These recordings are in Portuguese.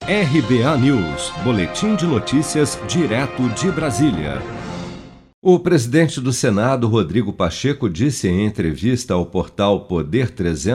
RBA News, boletim de notícias direto de Brasília. O presidente do Senado, Rodrigo Pacheco, disse em entrevista ao portal Poder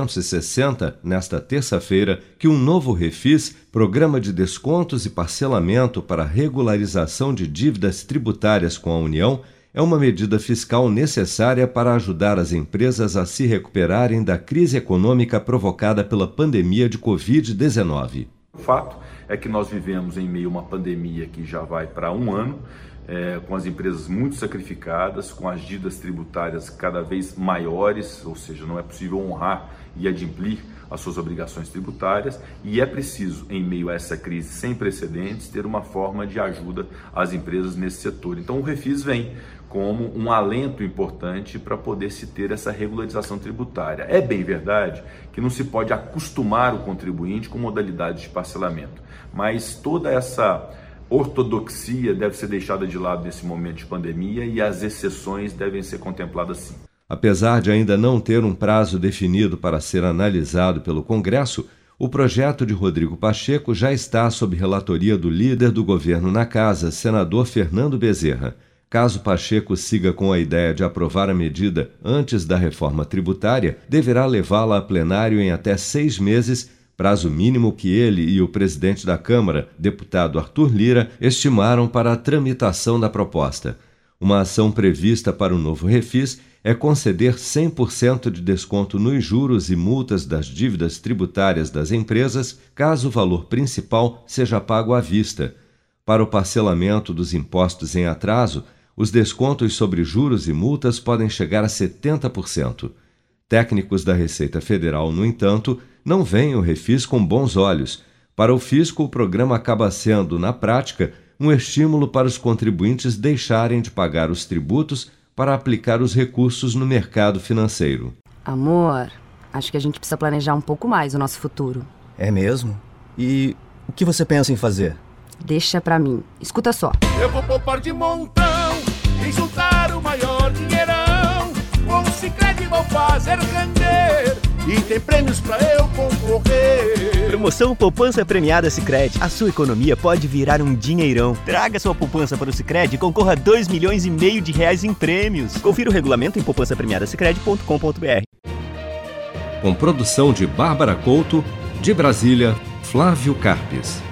360, nesta terça-feira, que um novo refis, Programa de Descontos e Parcelamento para Regularização de Dívidas Tributárias com a União, é uma medida fiscal necessária para ajudar as empresas a se recuperarem da crise econômica provocada pela pandemia de Covid-19. O fato é que nós vivemos em meio a uma pandemia que já vai para um ano, com as empresas muito sacrificadas, com as dívidas tributárias cada vez maiores, ou seja, não é possível honrar e adimplir as suas obrigações tributárias, e é preciso, em meio a essa crise sem precedentes, ter uma forma de ajuda às empresas nesse setor. Então o refis vem como um alento importante para poder se ter essa regularização tributária. É bem verdade que não se pode acostumar o contribuinte com modalidades de parcelamento, mas toda essa ortodoxia deve ser deixada de lado nesse momento de pandemia e as exceções devem ser contempladas sim. Apesar de ainda não ter um prazo definido para ser analisado pelo Congresso, o projeto de Rodrigo Pacheco já está sob relatoria do líder do governo na Casa, senador Fernando Bezerra. Caso Pacheco siga com a ideia de aprovar a medida antes da reforma tributária, deverá levá-la a plenário em até 6 meses, prazo mínimo que ele e o presidente da Câmara, deputado Arthur Lira, estimaram para a tramitação da proposta. Uma ação prevista para o novo refis é conceder 100% de desconto nos juros e multas das dívidas tributárias das empresas, caso o valor principal seja pago à vista. Para o parcelamento dos impostos em atraso, os descontos sobre juros e multas podem chegar a 70%. Técnicos da Receita Federal, no entanto, não veem o refis com bons olhos. Para o fisco, o programa acaba sendo, na prática, um estímulo para os contribuintes deixarem de pagar os tributos para aplicar os recursos no mercado financeiro. Amor, acho que a gente precisa planejar um pouco mais o nosso futuro. É mesmo? E o que você pensa em fazer? Deixa pra mim. Escuta só. Eu vou poupar de montão e juntar o maior dinheirão. Com o Sicredi vou fazer render e tem prêmios pra eu concorrer. Promoção Poupança Premiada Sicredi. A sua economia pode virar um dinheirão. Traga sua poupança para o Sicredi e concorra a 2,5 milhões de reais em prêmios. Confira o regulamento em poupancapremiadasicredi.com.br. Com produção de Bárbara Couto, de Brasília, Flávio Carpes.